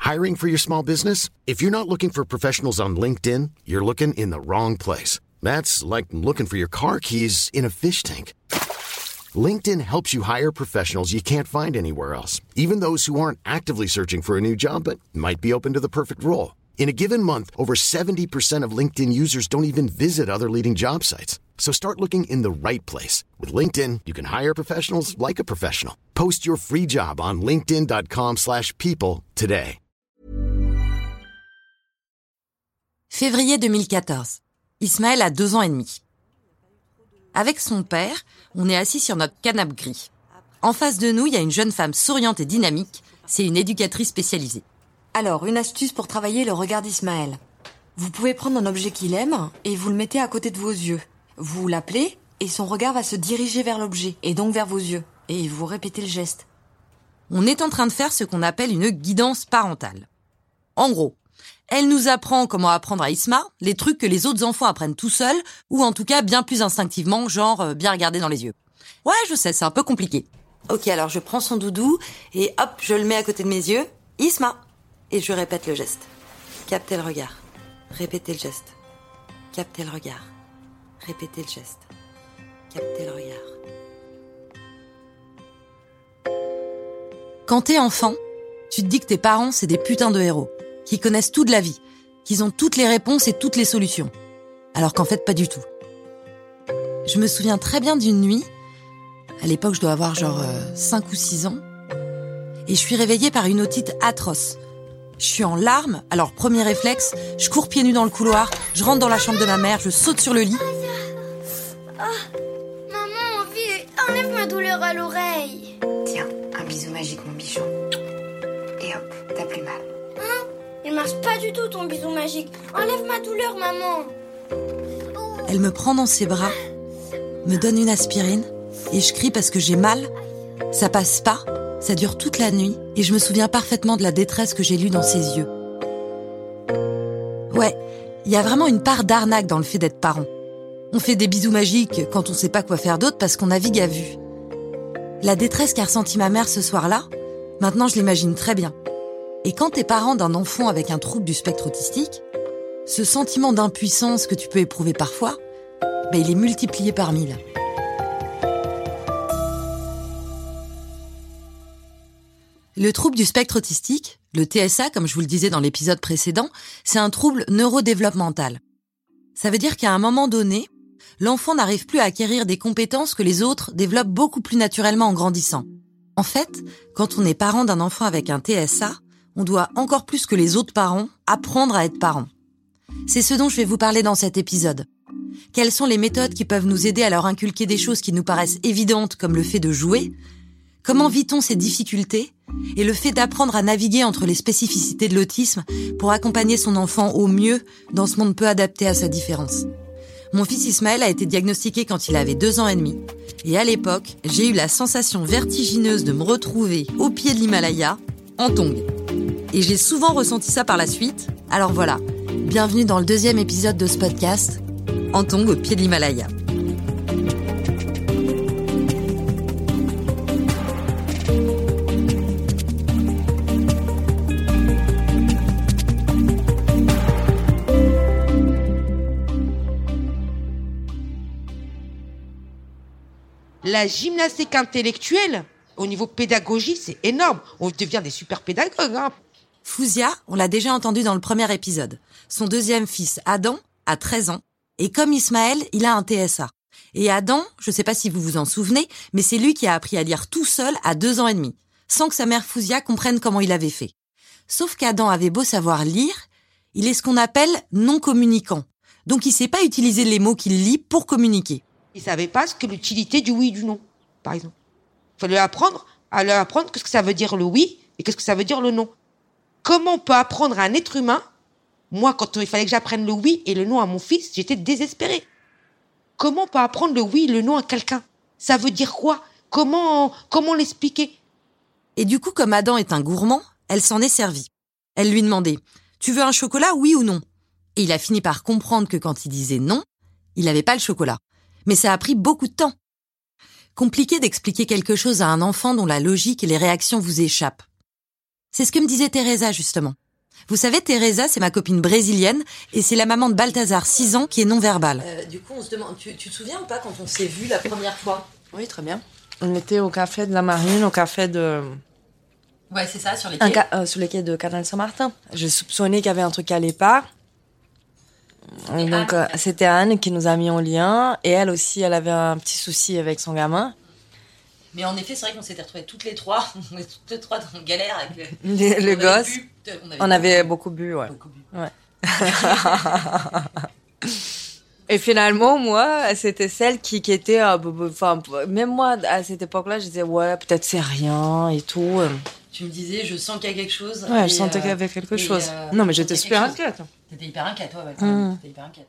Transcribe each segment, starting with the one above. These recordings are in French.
Hiring for your small business? If you're not looking for professionals on LinkedIn, you're looking in the wrong place. That's like looking for your car keys in a fish tank. LinkedIn helps you hire professionals you can't find anywhere else, even those who aren't actively searching for a new job but might be open to the perfect role. In a given month, over 70% of LinkedIn users don't even visit other leading job sites. So start looking in the right place. With LinkedIn, you can hire professionals like a professional. Post your free job on linkedin.com/people today. Février 2014. Ismaël a 2 ans et demi. Avec son père, on est assis sur notre canapé gris. En face de nous, il y a une jeune femme souriante et dynamique. C'est une éducatrice spécialisée. Alors, une astuce pour travailler le regard d'Ismaël. Vous pouvez prendre un objet qu'il aime et vous le mettez à côté de vos yeux. Vous l'appelez et son regard va se diriger vers l'objet et donc vers vos yeux. Et vous répétez le geste. On est en train de faire ce qu'on appelle une guidance parentale. En gros, elle nous apprend comment apprendre à Isma les trucs que les autres enfants apprennent tout seuls, ou en tout cas bien plus instinctivement, genre bien regarder dans les yeux. Ouais, je sais, c'est un peu compliqué. Ok, alors je prends son doudou et hop, je le mets à côté de mes yeux. Isma. Et je répète le geste. Captez le regard. Répétez le geste. Captez le regard. Répétez le geste. Captez le regard. Quand t'es enfant, tu te dis que tes parents, c'est des putains de héros, qui connaissent tout de la vie, qu'ils ont toutes les réponses et toutes les solutions. Alors qu'en fait, pas du tout. Je me souviens très bien d'une nuit, à l'époque, je dois avoir 5 ou 6 ans, et je suis réveillée par une otite atroce. Je suis en larmes, alors premier réflexe, je cours pieds nus dans le couloir, je rentre dans la chambre de ma mère, je saute sur le lit. Maman, vite, enlève ma douleur à l'oreille. Tiens, un bisou magique, mon bichon. Et hop, t'as plus mal. Il marche pas du tout ton bisou magique. Enlève ma douleur, maman. Elle me prend dans ses bras, me donne une aspirine, et je crie parce que j'ai mal. Ça passe pas. Ça dure toute la nuit et je me souviens parfaitement de la détresse que j'ai lue dans ses yeux. Ouais, il y a vraiment une part d'arnaque dans le fait d'être parent. On fait des bisous magiques quand on sait pas quoi faire d'autre parce qu'on navigue à vue. La détresse qu'a ressentie ma mère ce soir-là, maintenant je l'imagine très bien. Et quand t'es parent d'un enfant avec un trouble du spectre autistique, ce sentiment d'impuissance que tu peux éprouver parfois, il est multiplié par 1000. Le trouble du spectre autistique, le TSA, comme je vous le disais dans l'épisode précédent, c'est un trouble neurodéveloppemental. Ça veut dire qu'à un moment donné, l'enfant n'arrive plus à acquérir des compétences que les autres développent beaucoup plus naturellement en grandissant. En fait, quand on est parent d'un enfant avec un TSA, on doit encore plus que les autres parents apprendre à être parent. C'est ce dont je vais vous parler dans cet épisode. Quelles sont les méthodes qui peuvent nous aider à leur inculquer des choses qui nous paraissent évidentes comme le fait de jouer ? Comment vit-on ces difficultés et le fait d'apprendre à naviguer entre les spécificités de l'autisme pour accompagner son enfant au mieux dans ce monde peu adapté à sa différence. Mon fils Ismaël a été diagnostiqué quand il avait 2 ans et demi. Et à l'époque, j'ai eu la sensation vertigineuse de me retrouver au pied de l'Himalaya, en tongs. Et j'ai souvent ressenti ça par la suite. Alors voilà, bienvenue dans le 2e épisode de ce podcast, en tongs au pied de l'Himalaya. La gymnastique intellectuelle, au niveau pédagogie, c'est énorme. On devient des super pédagogues. Fouzia, on l'a déjà entendu dans le premier épisode. Son 2e fils, Adam, a 13 ans. Et comme Ismaël, il a un TSA. Et Adam, je sais pas si vous vous en souvenez, mais c'est lui qui a appris à lire tout seul à 2 ans et demi, sans que sa mère Fouzia comprenne comment il avait fait. Sauf qu'Adam avait beau savoir lire, il est ce qu'on appelle non-communicant. Donc il sait pas utiliser les mots qu'il lit pour communiquer. Il savait pas ce que l'utilité du oui et du non, par exemple. Il fallait apprendre qu'est-ce que ça veut dire le oui et qu'est-ce que ça veut dire le non. Comment on peut apprendre à un être humain? Moi, quand il fallait que j'apprenne le oui et le non à mon fils, j'étais désespérée. Comment on peut apprendre le oui et le non à quelqu'un? Ça veut dire quoi? Comment l'expliquer? Et du coup, comme Adam est un gourmand, elle s'en est servie. Elle lui demandait « Tu veux un chocolat, oui ou non ?» Et il a fini par comprendre que quand il disait non, il n'avait pas le chocolat. Mais ça a pris beaucoup de temps. Compliqué d'expliquer quelque chose à un enfant dont la logique et les réactions vous échappent. C'est ce que me disait Teresa, justement. Vous savez, Teresa, c'est ma copine brésilienne et c'est la maman de Balthazar, 6 ans, qui est non-verbal. Du coup, on se demande, tu te souviens ou pas quand on s'est vus la première fois? Oui, très bien. On était au café de la Marine, au café de... Ouais, c'est ça, sur les quais. Sur les quais de Canal Saint-Martin. Je soupçonnais qu'il y avait un truc qui allait pas. Et donc, c'était Anne qui nous a mis en lien. Et elle aussi, elle avait un petit souci avec son gamin. Mais en effet, c'est vrai qu'on s'était retrouvés toutes les trois. On est toutes les trois dans une galère avec le gosse. On avait beaucoup bu, ouais. Beaucoup bu. Ouais. Et finalement, moi, c'était celle qui était... Enfin, même moi, à cette époque-là, je disais, ouais, peut-être c'est rien et tout. Tu me disais, je sens qu'il y a quelque chose. Ouais, je sentais qu'il y avait quelque chose. Non, mais j'étais super inquiète. T'étais hyper inquiète, ouais, quand même. T'étais hyper inquiète.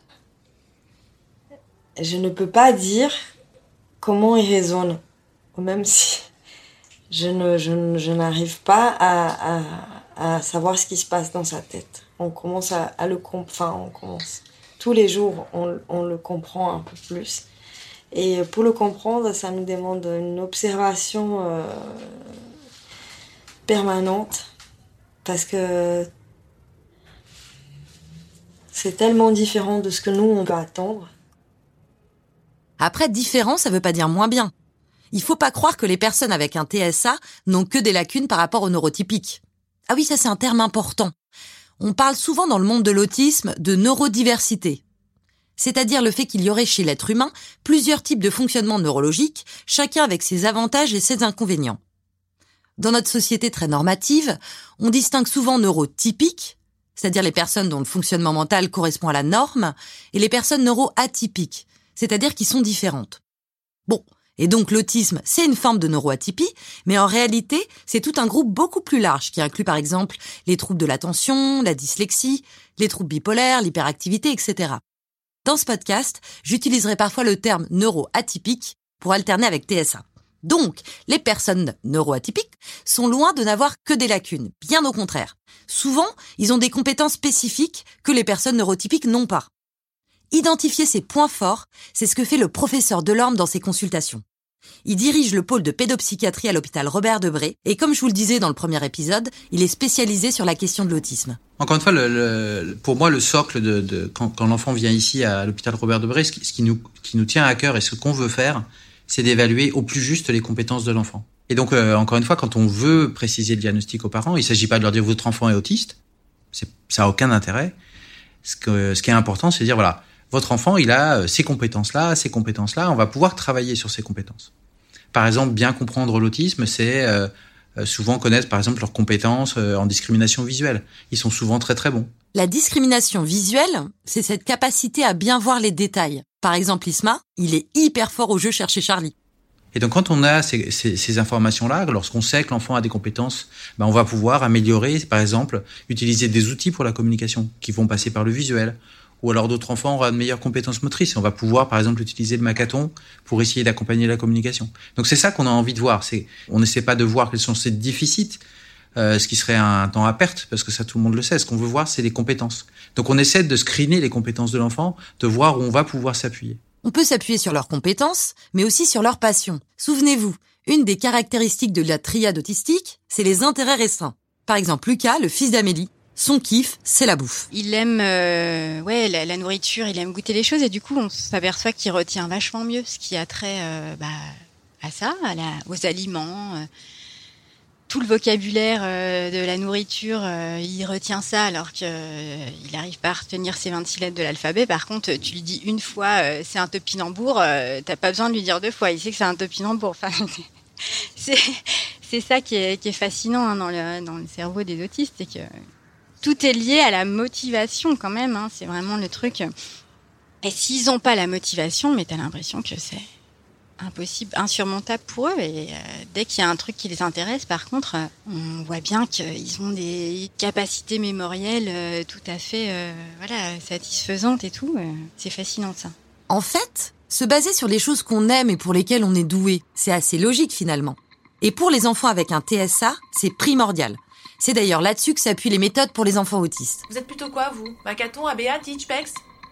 Je ne peux pas dire comment il résonne. Même si je n'arrive pas à savoir ce qui se passe dans sa tête. On commence à le comprendre. On commence... Tous les jours, on le comprend un peu plus. Et pour le comprendre, ça nous demande une observation permanente. Parce que c'est tellement différent de ce que nous, on peut attendre. Après, différent, ça veut pas dire moins bien. Il faut pas croire que les personnes avec un TSA n'ont que des lacunes par rapport aux neurotypiques. Ah oui, ça c'est un terme important. On parle souvent dans le monde de l'autisme de neurodiversité. C'est-à-dire le fait qu'il y aurait chez l'être humain plusieurs types de fonctionnement neurologique, chacun avec ses avantages et ses inconvénients. Dans notre société très normative, on distingue souvent neurotypiques, c'est-à-dire les personnes dont le fonctionnement mental correspond à la norme, et les personnes neuroatypiques, c'est-à-dire qui sont différentes. Bon, et donc l'autisme, c'est une forme de neuroatypie, mais en réalité, c'est tout un groupe beaucoup plus large qui inclut par exemple les troubles de l'attention, la dyslexie, les troubles bipolaires, l'hyperactivité, etc. Dans ce podcast, j'utiliserai parfois le terme neuroatypique pour alterner avec TSA. Donc, les personnes neuroatypiques sont loin de n'avoir que des lacunes, bien au contraire. Souvent, ils ont des compétences spécifiques que les personnes neurotypiques n'ont pas. Identifier ses points forts, c'est ce que fait le professeur Delorme dans ses consultations. Il dirige le pôle de pédopsychiatrie à l'hôpital Robert Debré et comme je vous le disais dans le premier épisode, il est spécialisé sur la question de l'autisme. Encore une fois, pour moi, le socle quand l'enfant vient ici à l'hôpital Robert Debré, ce qui nous tient à cœur et ce qu'on veut faire, c'est d'évaluer au plus juste les compétences de l'enfant. Et donc, encore une fois, quand on veut préciser le diagnostic aux parents, il ne s'agit pas de leur dire votre enfant est autiste, ça n'a aucun intérêt. Ce qui est important, c'est de dire voilà, votre enfant, il a ces compétences-là, on va pouvoir travailler sur ces compétences. Par exemple, bien comprendre l'autisme, c'est souvent connaître, par exemple, leurs compétences en discrimination visuelle. Ils sont souvent très très bons. La discrimination visuelle, c'est cette capacité à bien voir les détails. Par exemple, Isma, il est hyper fort au jeu Chercher Charlie. Et donc, quand on a ces informations-là, lorsqu'on sait que l'enfant a des compétences, on va pouvoir améliorer, par exemple, utiliser des outils pour la communication qui vont passer par le visuel. Ou alors d'autres enfants auront de meilleures compétences motrices. Et on va pouvoir, par exemple, utiliser le Makaton pour essayer d'accompagner la communication. Donc c'est ça qu'on a envie de voir. On n'essaie pas de voir quels sont ces déficits, ce qui serait un temps à perte, parce que ça tout le monde le sait. Ce qu'on veut voir, c'est les compétences. Donc on essaie de screener les compétences de l'enfant, de voir où on va pouvoir s'appuyer. On peut s'appuyer sur leurs compétences, mais aussi sur leurs passions. Souvenez-vous, une des caractéristiques de la triade autistique, c'est les intérêts restreints. Par exemple, Lucas, le fils d'Amélie, son kiff, c'est la bouffe. Il aime la nourriture, il aime goûter les choses et du coup, on s'aperçoit qu'il retient vachement mieux ce qui a trait à ça, aux aliments. Tout le vocabulaire de la nourriture, il retient ça alors qu'il n'arrive pas à retenir ses 26 lettres de l'alphabet. Par contre, tu lui dis une fois c'est un topinambour, t'as pas besoin de lui dire deux fois, il sait que c'est un topinambour. Enfin, c'est ça qui est fascinant dans le cerveau des autistes, c'est que tout est lié à la motivation quand même, hein, c'est vraiment le truc. Et s'ils n'ont pas la motivation, mais t'as l'impression que c'est impossible, insurmontable pour eux. Et dès qu'il y a un truc qui les intéresse, par contre, on voit bien qu'ils ont des capacités mémorielles tout à fait satisfaisantes et tout. C'est fascinant ça. En fait, se baser sur les choses qu'on aime et pour lesquelles on est doué, c'est assez logique finalement. Et pour les enfants avec un TSA, c'est primordial. C'est d'ailleurs là-dessus que s'appuient les méthodes pour les enfants autistes. Vous êtes plutôt quoi, vous? Makaton, ABA, Teach, PEX?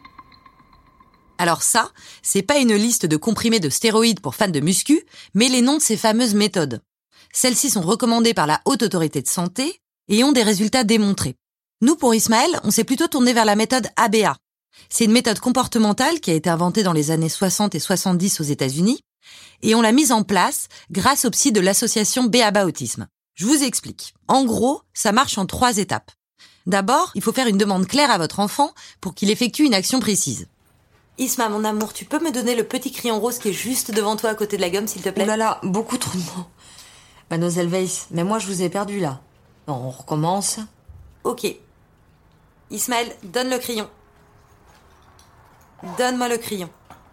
Alors ça, c'est pas une liste de comprimés de stéroïdes pour fans de muscu, mais les noms de ces fameuses méthodes. Celles-ci sont recommandées par la Haute Autorité de Santé, et ont des résultats démontrés. Nous, pour Ismaël, on s'est plutôt tourné vers la méthode ABA. C'est une méthode comportementale qui a été inventée dans les années 60 et 70 aux États-Unis, et on l'a mise en place grâce au psy de l'association BABA Autisme. Je vous explique. En gros, ça marche en 3 étapes. D'abord, il faut faire une demande claire à votre enfant pour qu'il effectue une action précise. Isma, mon amour, tu peux me donner le petit crayon rose qui est juste devant toi à côté de la gomme, s'il te plaît? Oh là là, beaucoup trop de mots. Mademoiselle Weiss, mais moi je vous ai perdu là. Non, on recommence. Ok. Ismaël, donne le crayon. Donne-moi le crayon.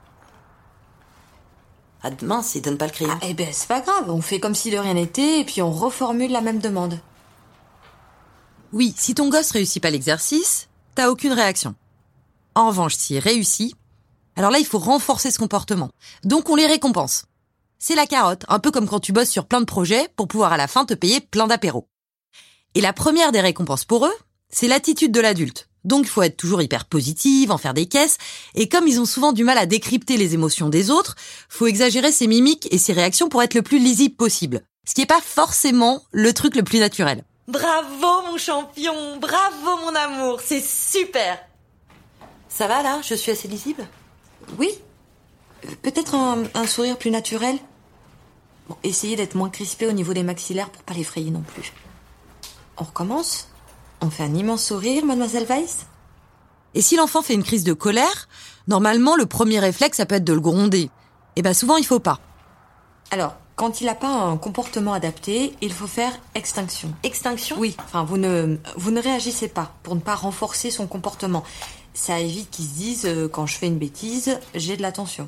Ah mince, il donne pas le crayon. Ah, eh ben c'est pas grave, on fait comme si de rien n'était et puis on reformule la même demande. Oui, si ton gosse réussit pas l'exercice, t'as aucune réaction. En revanche, s'il réussit, alors là il faut renforcer ce comportement. Donc on les récompense. C'est la carotte, un peu comme quand tu bosses sur plein de projets pour pouvoir à la fin te payer plein d'apéros. Et la première des récompenses pour eux, c'est l'attitude de l'adulte. Donc il faut être toujours hyper positive, en faire des caisses, et comme ils ont souvent du mal à décrypter les émotions des autres, faut exagérer ses mimiques et ses réactions pour être le plus lisible possible. Ce qui n'est pas forcément le truc le plus naturel. Bravo mon champion, bravo mon amour, c'est super. Ça va là? Je suis assez lisible? Oui. Peut-être un sourire plus naturel. Bon, essayez d'être moins crispé au niveau des maxillaires pour pas l'effrayer non plus. On recommence? On fait un immense sourire, mademoiselle Weiss? Et si l'enfant fait une crise de colère, normalement le premier réflexe ça peut être de le gronder. Et ben souvent il faut pas. Alors, quand il n'a pas un comportement adapté, il faut faire extinction. Extinction? Oui, enfin vous ne réagissez pas pour ne pas renforcer son comportement. Ça évite qu'il se dise quand je fais une bêtise, j'ai de l'attention.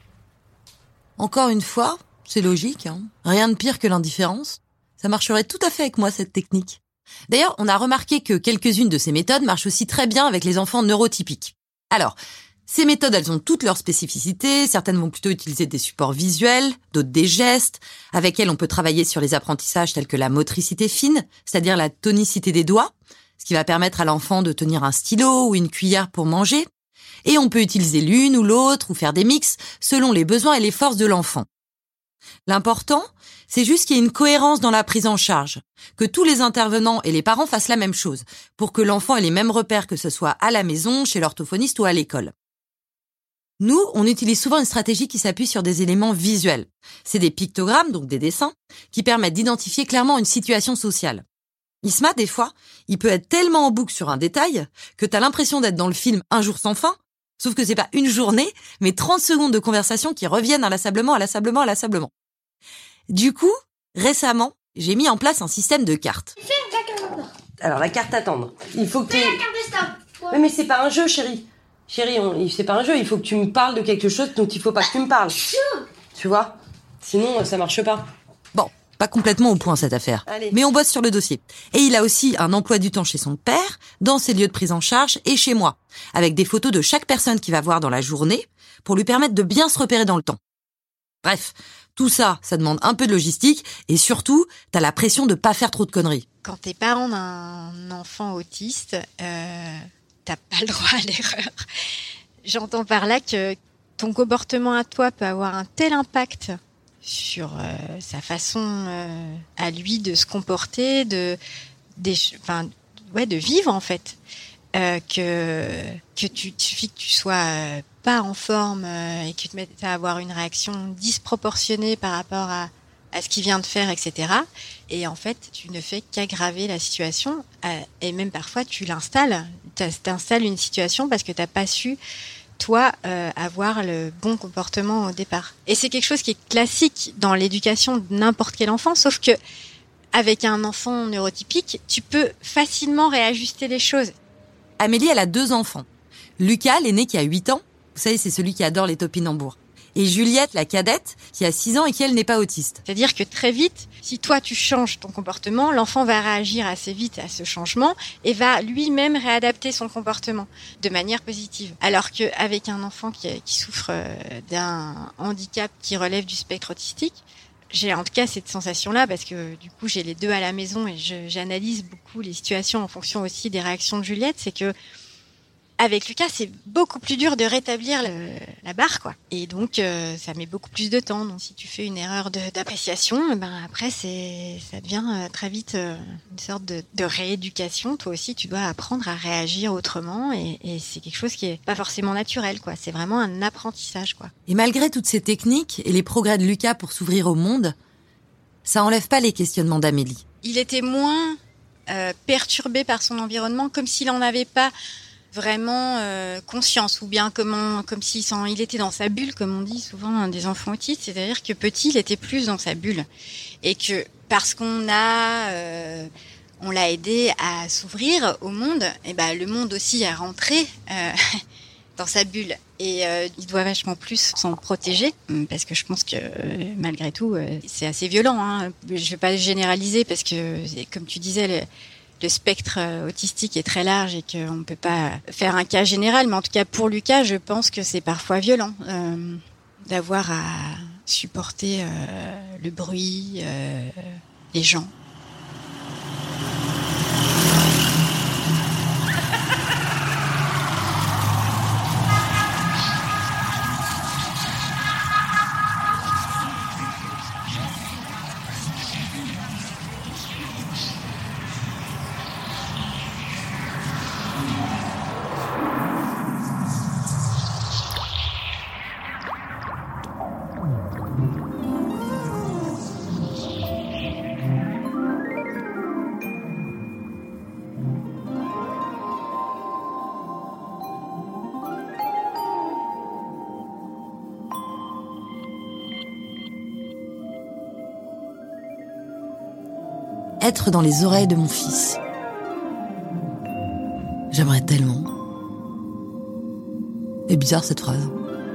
Encore une fois, c'est logique, hein. Rien de pire que l'indifférence. Ça marcherait tout à fait avec moi cette technique. D'ailleurs, on a remarqué que quelques-unes de ces méthodes marchent aussi très bien avec les enfants neurotypiques. Alors, ces méthodes, elles ont toutes leurs spécificités. Certaines vont plutôt utiliser des supports visuels, d'autres des gestes. Avec elles, on peut travailler sur les apprentissages tels que la motricité fine, c'est-à-dire la tonicité des doigts, ce qui va permettre à l'enfant de tenir un stylo ou une cuillère pour manger. Et on peut utiliser l'une ou l'autre ou faire des mix selon les besoins et les forces de l'enfant. L'important, c'est juste qu'il y ait une cohérence dans la prise en charge, que tous les intervenants et les parents fassent la même chose, pour que l'enfant ait les mêmes repères que ce soit à la maison, chez l'orthophoniste ou à l'école. Nous, on utilise souvent une stratégie qui s'appuie sur des éléments visuels. C'est des pictogrammes, donc des dessins, qui permettent d'identifier clairement une situation sociale. Isma, des fois, il peut être tellement en boucle sur un détail que t'as l'impression d'être dans le film Un jour sans fin, sauf que c'est pas une journée, mais 30 secondes de conversation qui reviennent inlassablement. Du coup, récemment, j'ai mis en place un système de cartes. Alors, la carte attendre. Il faut que tu... Oui, mais c'est pas un jeu, chérie. C'est pas un jeu. Il faut que tu me parles de quelque chose dont il faut pas que tu me parles. Tu vois? Sinon, ça marche pas. Bon, pas complètement au point cette affaire. Allez. Mais on bosse sur le dossier. Et il a aussi un emploi du temps chez son père, dans ses lieux de prise en charge et chez moi, avec des photos de chaque personne qu'il va voir dans la journée pour lui permettre de bien se repérer dans le temps. Bref, tout ça, ça demande un peu de logistique et surtout, t'as la pression de pas faire trop de conneries. Quand t'es parent d'un enfant autiste, t'as pas le droit à l'erreur. J'entends par là que ton comportement à toi peut avoir un tel impact sur sa façon à lui de se comporter, de vivre en fait, que tu suffit que tu sois pas en forme et que tu te mettes à avoir une réaction disproportionnée par rapport à ce qu'il vient de faire, etc. Et en fait, tu ne fais qu'aggraver la situation et même parfois tu t'installes une situation parce que t'as pas su toi avoir le bon comportement au départ. Et c'est quelque chose qui est classique dans l'éducation de n'importe quel enfant, sauf que avec un enfant neurotypique, tu peux facilement réajuster les choses. Amélie, elle a 2 enfants. Lucas, l'aîné qui a 8 ans, vous savez, c'est celui qui adore les topinambours. Et Juliette, la cadette, qui a 6 ans et qui, elle, n'est pas autiste. C'est-à-dire que très vite, si toi, tu changes ton comportement, l'enfant va réagir assez vite à ce changement et va lui-même réadapter son comportement de manière positive. Alors qu'avec un enfant qui souffre d'un handicap qui relève du spectre autistique, j'ai en tout cas cette sensation-là parce que du coup, j'ai les 2 à la maison et j'analyse beaucoup les situations en fonction aussi des réactions de Juliette. C'est que avec Lucas, c'est beaucoup plus dur de rétablir la barre, quoi. Et donc, ça met beaucoup plus de temps. Donc, si tu fais une erreur d'appréciation, après, ça devient très vite une sorte de rééducation. Toi aussi, tu dois apprendre à réagir autrement. Et c'est quelque chose qui est pas forcément naturel, quoi. C'est vraiment un apprentissage, quoi. Et malgré toutes ces techniques et les progrès de Lucas pour s'ouvrir au monde, ça enlève pas les questionnements d'Amélie. Il était moins perturbé par son environnement, comme s'il en avait pas vraiment conscience, ou bien comme s'il il était dans sa bulle, comme on dit souvent des enfants autistes, c'est-à-dire que petit, il était plus dans sa bulle, et que parce qu'on l'a aidé à s'ouvrir au monde, et le monde aussi a rentré dans sa bulle, et il doit vachement plus s'en protéger, parce que je pense que malgré tout, c'est assez violent, hein. Je vais pas généraliser, parce que comme tu disais, le spectre autistique est très large et qu'on ne peut pas faire un cas général. Mais en tout cas, pour Lucas, je pense que c'est parfois violent d'avoir à supporter le bruit, les gens. Être dans les oreilles de mon fils. J'aimerais tellement. C'est bizarre cette phrase.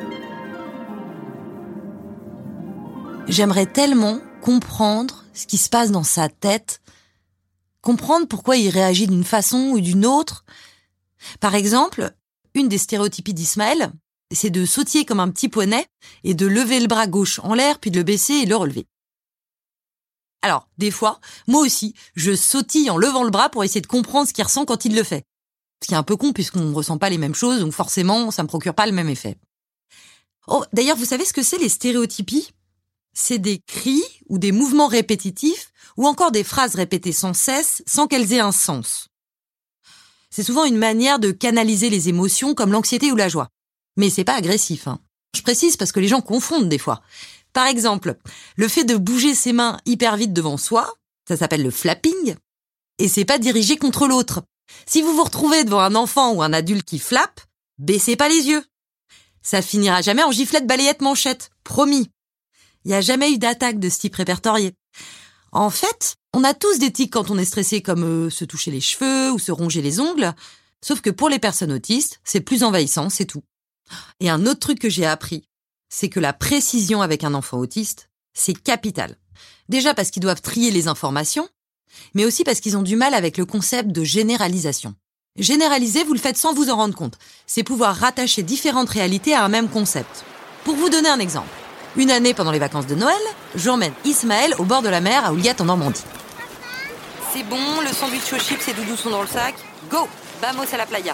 J'aimerais tellement comprendre ce qui se passe dans sa tête, comprendre pourquoi il réagit d'une façon ou d'une autre. Par exemple, une des stéréotypies d'Ismaël, c'est de sautiller comme un petit poney et de lever le bras gauche en l'air, puis de le baisser et le relever. Alors, des fois, moi aussi, je sautille en levant le bras pour essayer de comprendre ce qu'il ressent quand il le fait. Ce qui est un peu con puisqu'on ne ressent pas les mêmes choses, donc forcément, ça me procure pas le même effet. Oh, d'ailleurs, vous savez ce que c'est les stéréotypies ? C'est des cris ou des mouvements répétitifs ou encore des phrases répétées sans cesse sans qu'elles aient un sens. C'est souvent une manière de canaliser les émotions comme l'anxiété ou la joie. Mais c'est pas agressif, hein. Je précise parce que les gens confondent des fois. Par exemple, le fait de bouger ses mains hyper vite devant soi, ça s'appelle le flapping, et c'est pas dirigé contre l'autre. Si vous vous retrouvez devant un enfant ou un adulte qui flappe, baissez pas les yeux. Ça finira jamais en giflette balayette manchette, promis. Il y a jamais eu d'attaque de ce type répertorié. En fait, on a tous des tics quand on est stressé, comme se toucher les cheveux ou se ronger les ongles, sauf que pour les personnes autistes, c'est plus envahissant, c'est tout. Et un autre truc que j'ai appris, c'est que la précision avec un enfant autiste, c'est capital. Déjà parce qu'ils doivent trier les informations, mais aussi parce qu'ils ont du mal avec le concept de généralisation. Généraliser, vous le faites sans vous en rendre compte. C'est pouvoir rattacher différentes réalités à un même concept. Pour vous donner un exemple, une année pendant les vacances de Noël, j'emmène Ismaël au bord de la mer à Ouliat en Normandie. C'est bon, le sandwich aux chips et doudou sont dans le sac. Go, vamos à la playa.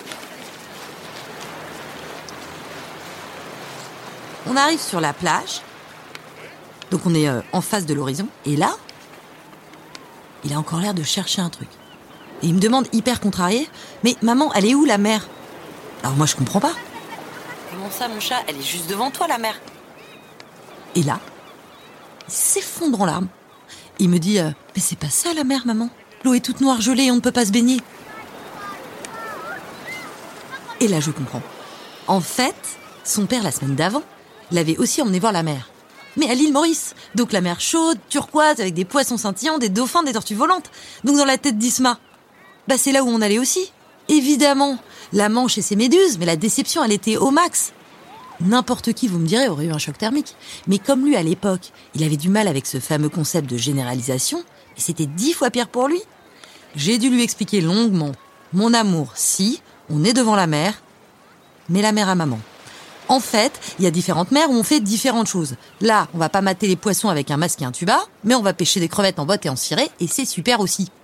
On arrive sur la plage, donc on est en face de l'horizon, et là, il a encore l'air de chercher un truc. Et il me demande hyper contrarié, mais maman, elle est où la mer ? Alors moi je comprends pas. Comment ça mon chat, elle est juste devant toi la mer ? Et là, il s'effondre en larmes. Il me dit, mais c'est pas ça la mer maman, l'eau est toute noire gelée et on ne peut pas se baigner. Et là je comprends. En fait, son père la semaine d'avant, l'avait aussi emmené voir la mer. Mais à l'île Maurice. Donc la mer chaude, turquoise, avec des poissons scintillants, des dauphins, des tortues volantes. Donc dans la tête d'Isma, c'est là où on allait aussi. Évidemment, la Manche et ses méduses, mais la déception, elle était au max. N'importe qui, vous me direz, aurait eu un choc thermique. Mais comme lui, à l'époque, il avait du mal avec ce fameux concept de généralisation, et c'était 10 fois pire pour lui. J'ai dû lui expliquer longuement. Mon amour, si, on est devant la mer, mais la mer à maman. En fait, il y a différentes mers où on fait différentes choses. Là, on va pas mater les poissons avec un masque et un tuba, mais on va pêcher des crevettes en botte et en ciré, et c'est super aussi.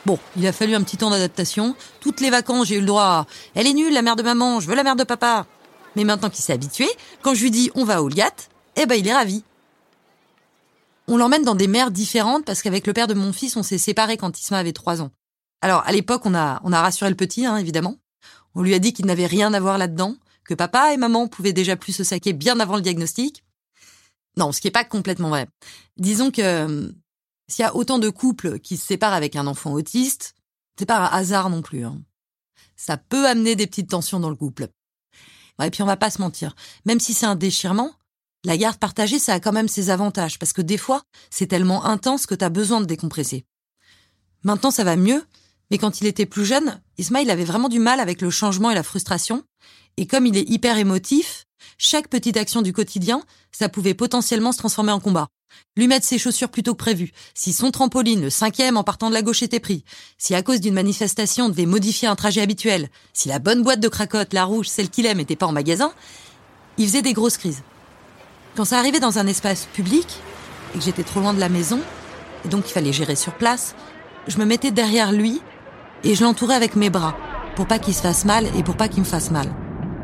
Bon, il a fallu un petit temps d'adaptation. Toutes les vacances, j'ai eu le droit à « Elle est nulle, la mère de maman, je veux la mère de papa ». Mais maintenant qu'il s'est habitué, quand je lui dis « On va à Olgat », il est ravi. On l'emmène dans des mers différentes parce qu'avec le père de mon fils, on s'est séparés quand Isma avait 3 ans. Alors, à l'époque, on a rassuré le petit, évidemment. On lui a dit qu'il n'avait rien à voir là-dedans, que papa et maman pouvaient déjà plus se saquer bien avant le diagnostic. Non, ce qui n'est pas complètement vrai. Disons que s'il y a autant de couples qui se séparent avec un enfant autiste, c'est pas un hasard non plus. Ça peut amener des petites tensions dans le couple. Et puis on va pas se mentir, même si c'est un déchirement, la garde partagée, ça a quand même ses avantages, parce que des fois, c'est tellement intense que t'as besoin de décompresser. Maintenant, ça va mieux, mais quand il était plus jeune, Ismaël avait vraiment du mal avec le changement et la frustration, et comme il est hyper émotif, chaque petite action du quotidien, ça pouvait potentiellement se transformer en combat. Lui mettre ses chaussures plus tôt que prévu, si son trampoline, le 5e en partant de la gauche, était pris, si à cause d'une manifestation on devait modifier un trajet habituel, si la bonne boîte de cracottes, la rouge, celle qu'il aime, était pas en magasin, il faisait des grosses crises. Quand ça arrivait dans un espace public, et que j'étais trop loin de la maison, et donc il fallait gérer sur place, je me mettais derrière lui et je l'entourais avec mes bras, pour pas qu'il se fasse mal et pour pas qu'il me fasse mal.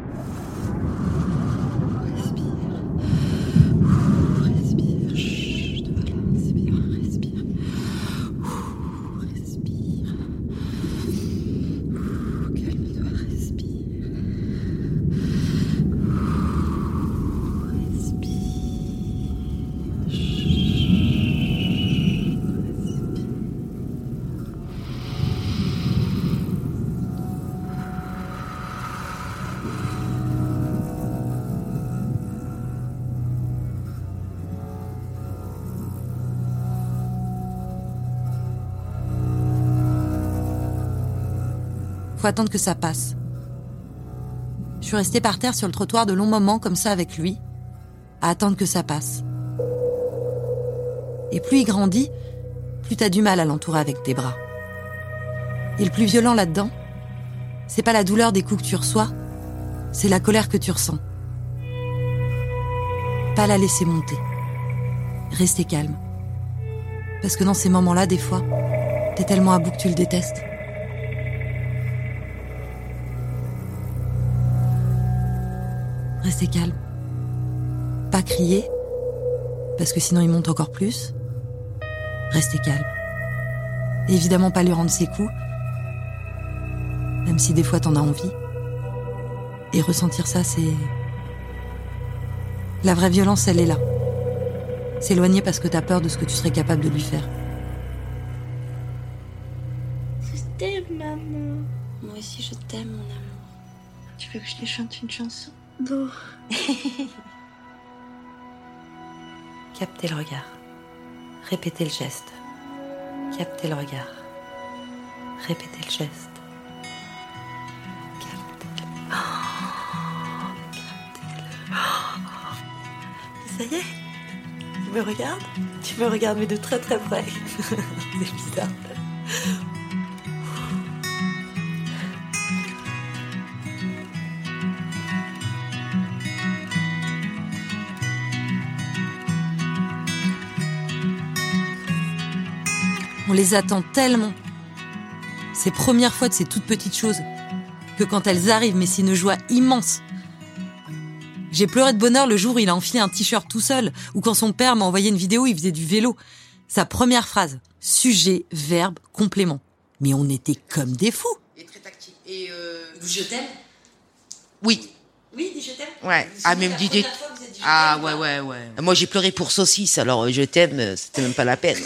Faut attendre que ça passe. Je suis restée par terre sur le trottoir de longs moments comme ça avec lui, à attendre que ça passe. Et plus il grandit, plus t'as du mal à l'entourer avec tes bras. Et le plus violent là-dedans, c'est pas la douleur des coups que tu reçois, c'est la colère que tu ressens. Pas la laisser monter. Rester calme. Parce que dans ces moments-là, des fois, t'es tellement à bout que tu le détestes. Rester calme. Pas crier, parce que sinon il monte encore plus. Rester calme. Évidemment pas lui rendre ses coups, même si des fois t'en as envie. Et ressentir ça, c'est... La vraie violence, elle est là. S'éloigner parce que t'as peur de ce que tu serais capable de lui faire. Je t'aime, maman. Moi aussi, je t'aime, mon amour. Tu veux que je te chante une chanson? Bon. Captez le regard. Répétez le geste. Captez le regard. Répétez le geste. Captez-le. Oh, captez-le. Oh. Ça y est? Tu me regardes? Tu me regardes, mais de très très près. C'est bizarre. On les attend tellement, ces premières fois de ces toutes petites choses, que quand elles arrivent, mais c'est une joie immense. J'ai pleuré de bonheur le jour où il a enfilé un t-shirt tout seul, ou quand son père m'a envoyé une vidéo où il faisait du vélo. Sa première phrase, sujet, verbe, complément. Mais on était comme des fous. Et très tactile. Et je t'aime? Oui. Oui, dis je t'aime? Ouais. Ah, même dit... Ah, ouais. Moi, j'ai pleuré pour saucisse, alors je t'aime, c'était même pas la peine.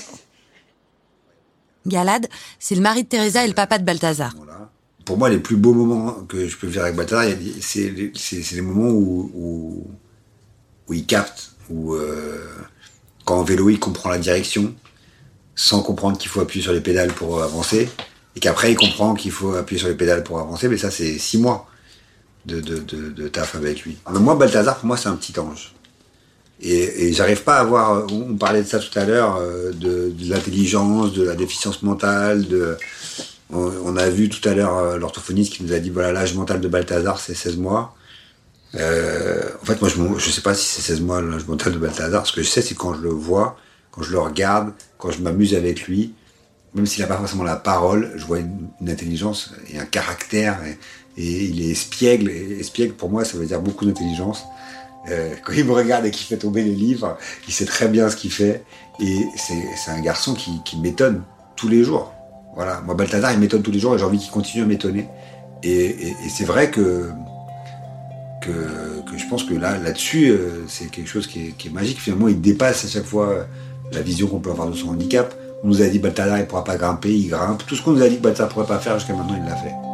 Galad, c'est le mari de Teresa et le papa de Balthazar. Voilà. Pour moi, les plus beaux moments que je peux faire avec Balthazar, c'est les moments où il capte, où quand en vélo, il comprend la direction, sans comprendre qu'il faut appuyer sur les pédales pour avancer, et qu'après, il comprend qu'il faut appuyer sur les pédales pour avancer, mais ça, c'est 6 mois de taf avec lui. Alors, moi, Balthazar, pour moi, c'est un petit ange. Et j'arrive pas à voir, on parlait de ça tout à l'heure, de l'intelligence, de la déficience mentale, on a vu tout à l'heure l'orthophoniste qui nous a dit, voilà, l'âge mental de Balthazar, c'est 16 mois. En fait, moi, je sais pas si c'est 16 mois l'âge mental de Balthazar. Ce que je sais, c'est quand je le vois, quand je le regarde, quand je m'amuse avec lui, même s'il n'a pas forcément la parole, je vois une intelligence et un caractère, et il est espiègle. Et espiègle, pour moi, ça veut dire beaucoup d'intelligence. Quand il me regarde et qu'il fait tomber les livres, il sait très bien ce qu'il fait. Et c'est un garçon qui m'étonne tous les jours. Voilà, moi, Balthazar, il m'étonne tous les jours et j'ai envie qu'il continue à m'étonner. Et c'est vrai que je pense que là-dessus, c'est quelque chose qui est magique. Finalement, il dépasse à chaque fois la vision qu'on peut avoir de son handicap. On nous a dit Balthazar, il ne pourra pas grimper, il grimpe. Tout ce qu'on nous a dit que Balthazar ne pourrait pas faire, jusqu'à maintenant, il l'a fait.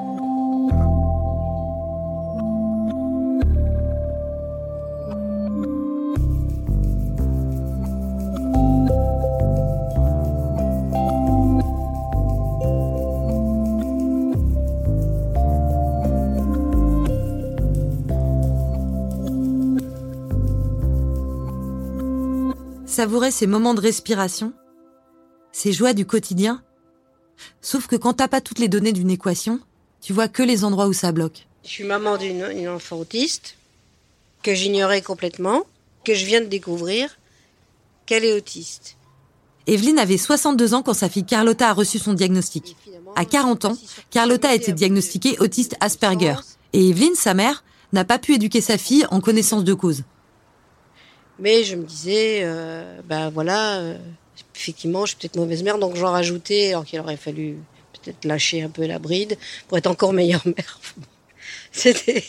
Savourer ces moments de respiration, ces joies du quotidien. Sauf que quand t'as pas toutes les données d'une équation, tu vois que les endroits où ça bloque. Je suis maman d'une enfant autiste, que j'ignorais complètement, que je viens de découvrir qu'elle est autiste. Evelyne avait 62 ans quand sa fille Carlotta a reçu son diagnostic. À 40 ans, Carlotta a été diagnostiquée autiste Asperger. Et Evelyne, sa mère, n'a pas pu éduquer sa fille en connaissance de cause. Mais je me disais, effectivement, je suis peut-être mauvaise mère, donc j'en rajoutais, alors qu'il aurait fallu peut-être lâcher un peu la bride pour être encore meilleure mère. C'était...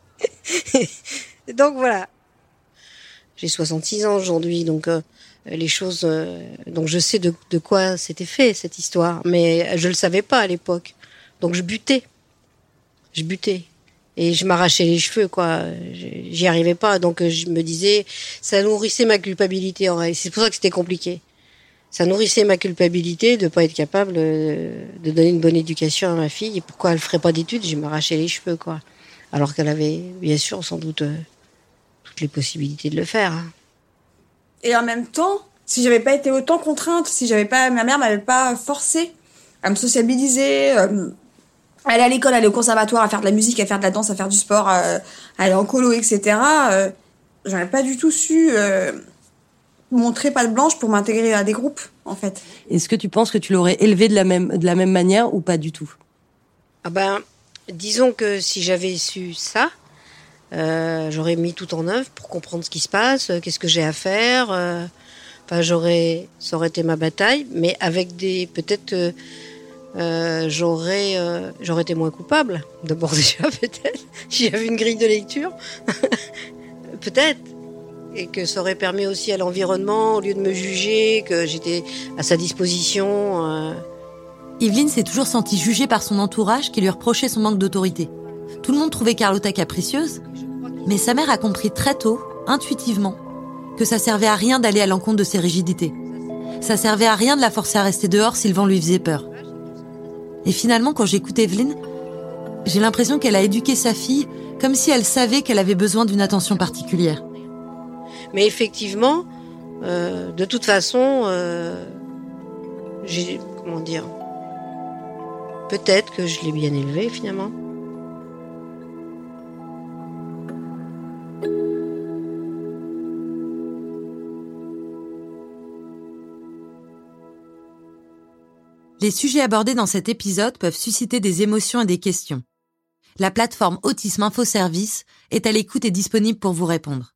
Donc voilà. J'ai 66 ans aujourd'hui, donc les choses... donc je sais de quoi c'était fait, cette histoire, mais je le savais pas à l'époque. Donc je butais. Et je m'arrachais les cheveux, quoi. J'y arrivais pas. Donc, je me disais, ça nourrissait ma culpabilité. C'est pour ça que c'était compliqué. Ça nourrissait ma culpabilité de pas être capable de donner une bonne éducation à ma fille. Et pourquoi elle ferait pas d'études? Je m'arrachais les cheveux, quoi. Alors qu'elle avait, bien sûr, sans doute, toutes les possibilités de le faire. Hein. Et en même temps, si j'avais pas été autant contrainte, ma mère m'avait pas forcée à me sociabiliser, aller à l'école, aller au conservatoire, à faire de la musique, à faire de la danse, à faire du sport, aller en colo, etc. J'aurais pas du tout su montrer patte blanche pour m'intégrer à des groupes, en fait. Est-ce que tu penses que tu l'aurais élevé de la même manière ou pas du tout? Disons que si j'avais su ça, j'aurais mis tout en œuvre pour comprendre ce qui se passe, qu'est-ce que j'ai à faire. Ça aurait été ma bataille, mais avec peut-être... j'aurais été moins coupable. D'abord déjà, peut-être. Si j'avais une grille de lecture. Peut-être. Et que ça aurait permis aussi à l'environnement, au lieu de me juger, que j'étais à sa disposition. Evelyne s'est toujours sentie jugée par son entourage qui lui reprochait son manque d'autorité. Tout le monde trouvait Carlotta capricieuse, mais sa mère a compris très tôt, intuitivement, que ça servait à rien d'aller à l'encontre de ses rigidités. Ça servait à rien de la forcer à rester dehors si le vent lui faisait peur. Et finalement, quand j'écoute Evelyne, j'ai l'impression qu'elle a éduqué sa fille comme si elle savait qu'elle avait besoin d'une attention particulière. Mais effectivement, de toute façon, peut-être que je l'ai bien élevée finalement. Les sujets abordés dans cet épisode peuvent susciter des émotions et des questions. La plateforme Autisme Info Service est à l'écoute et disponible pour vous répondre.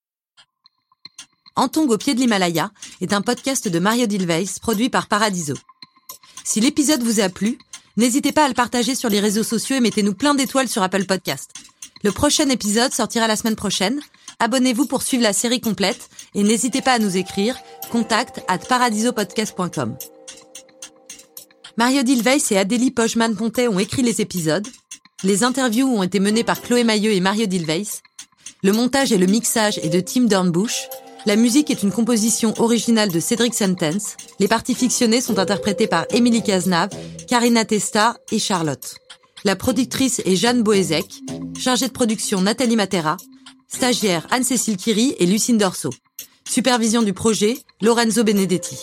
Antong au pied de l'Himalaya est un podcast de Mario Dilweis produit par Paradiso. Si l'épisode vous a plu, n'hésitez pas à le partager sur les réseaux sociaux et mettez-nous plein d'étoiles sur Apple Podcast. Le prochain épisode sortira la semaine prochaine. Abonnez-vous pour suivre la série complète et n'hésitez pas à nous écrire contact@paradisopodcast.com. Mario Dilweis et Adélie Pojman-Pontet ont écrit les épisodes. Les interviews ont été menées par Chloé Mailleux et Mario Dilweis. Le montage et le mixage est de Tim Dornbush. La musique est une composition originale de Cédric Sentence. Les parties fictionnées sont interprétées par Émilie Cazenave, Karina Testa et Charlotte. La productrice est Jeanne Boézek. Chargée de production Nathalie Matera. Stagiaire Anne-Cécile Kiri et Lucine Dorso. Supervision du projet Lorenzo Benedetti.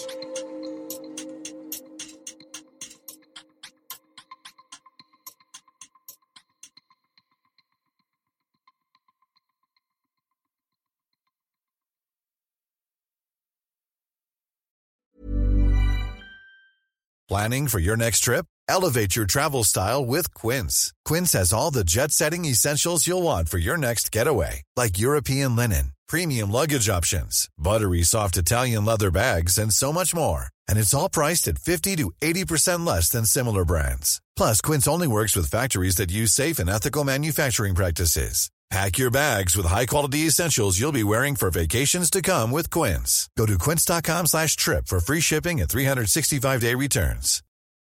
Planning for your next trip? Elevate your travel style with Quince. Quince has all the jet-setting essentials you'll want for your next getaway, like European linen, premium luggage options, buttery soft Italian leather bags, and so much more. And it's all priced at 50 to 80% less than similar brands. Plus, Quince only works with factories that use safe and ethical manufacturing practices. Pack your bags with high-quality essentials you'll be wearing for vacations to come with Quince. Go to quince.com/trip for free shipping and 365-day returns.